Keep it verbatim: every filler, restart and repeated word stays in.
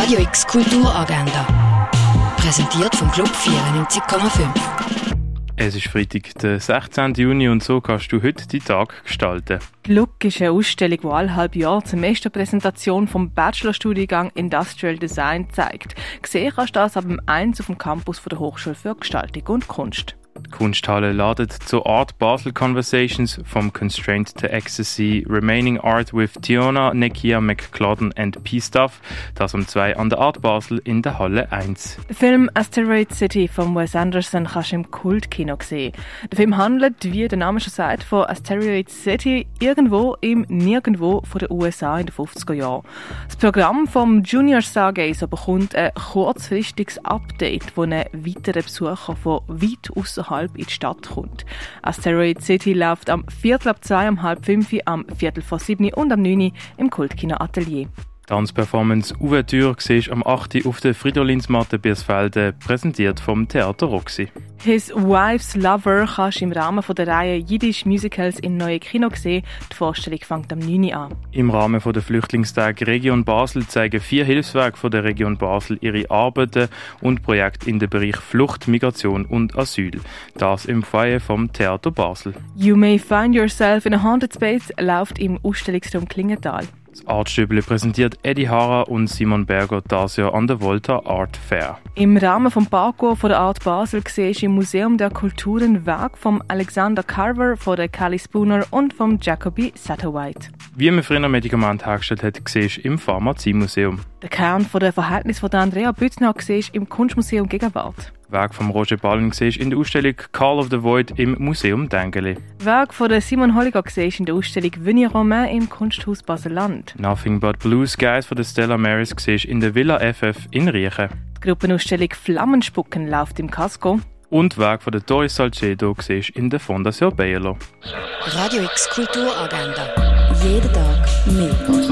Radio X Kulturagenda. Präsentiert vom Club vierundneunzig Komma fünf. Es ist Freitag, der sechzehnten Juni, und so kannst du heute deinen Tag gestalten. Die Look ist eine Ausstellung, die alle halb Jahr zur Meisterpräsentation vom Bachelorstudiengang Industrial Design zeigt. Gesehen kannst du das ab dem eins auf dem Campus der Hochschule für Gestaltung und Kunst. Die Kunsthalle ladet zur Art Basel Conversations vom Constraint to Ecstasy Remaining Art with Tiona, Nekia McClodden and P-Stuff. Das um zwei an der Art Basel in der Halle eins. Der Film Asteroid City von Wes Anderson kannst du im Kultkino sehen. Der Film handelt, wie der Name schon sagt, von Asteroid City irgendwo im Nirgendwo von den U S A in den fünfziger Jahren. Das Programm vom Junior Stargazer bekommt ein kurzfristiges Update, wo ein weiterer Besucher von weit außerhalb in die Stadt kommt. Asteroid City läuft am Viertel ab zwei, am halb fünf, am Viertel vor sieben und am neun im Kultkino Atelier. Tanzperformance Ouvertüre siehst am acht auf der Fridolinsmatte Biersfelde, präsentiert vom Theater Roxy. His Wife's Lover kannst du im Rahmen der Reihe Jiddisch Musicals im neuen Kino sehen. Die Vorstellung fängt am neun an. Im Rahmen der Flüchtlingstage Region Basel zeigen vier Hilfswerke von der Region Basel ihre Arbeiten und Projekte in den Bereich Flucht, Migration und Asyl. Das im Foyer vom Theater Basel. You May Find Yourself in a Haunted Space läuft im Ausstellungsraum Klingenthal. Das Artstübli präsentiert Eddie Hara und Simon Berger das Jahr an der Volta Art Fair. Im Rahmen des Parcours von der Art Basel siehst du im Museum der Kulturen Werk von Alexander Carver, von der Callie Spooner und von Jacoby Satterwhite. Wie man früher Medikamente hergestellt hat, siehst du im Pharmaziemuseum. Der Kern der Verhältnisse von Andrea Büttner siehst du im Kunstmuseum Gegenwart. Werk von Roger Ballen siehst in der Ausstellung Call of the Void im Museum Dengeli. Werk von der Simon Holliger siehst in der Ausstellung Venir Romain im Kunsthaus Basel-Land. Nothing But Blue Skies von der Stella Maris siehst in der Villa F F in Riechen. Die Gruppenausstellung Flammenspucken läuft im Casco. Und Werk von der Doris Salcedo siehst in der Fondation Bayerlo. Radio X Kulturagenda. Jeden Tag mehr.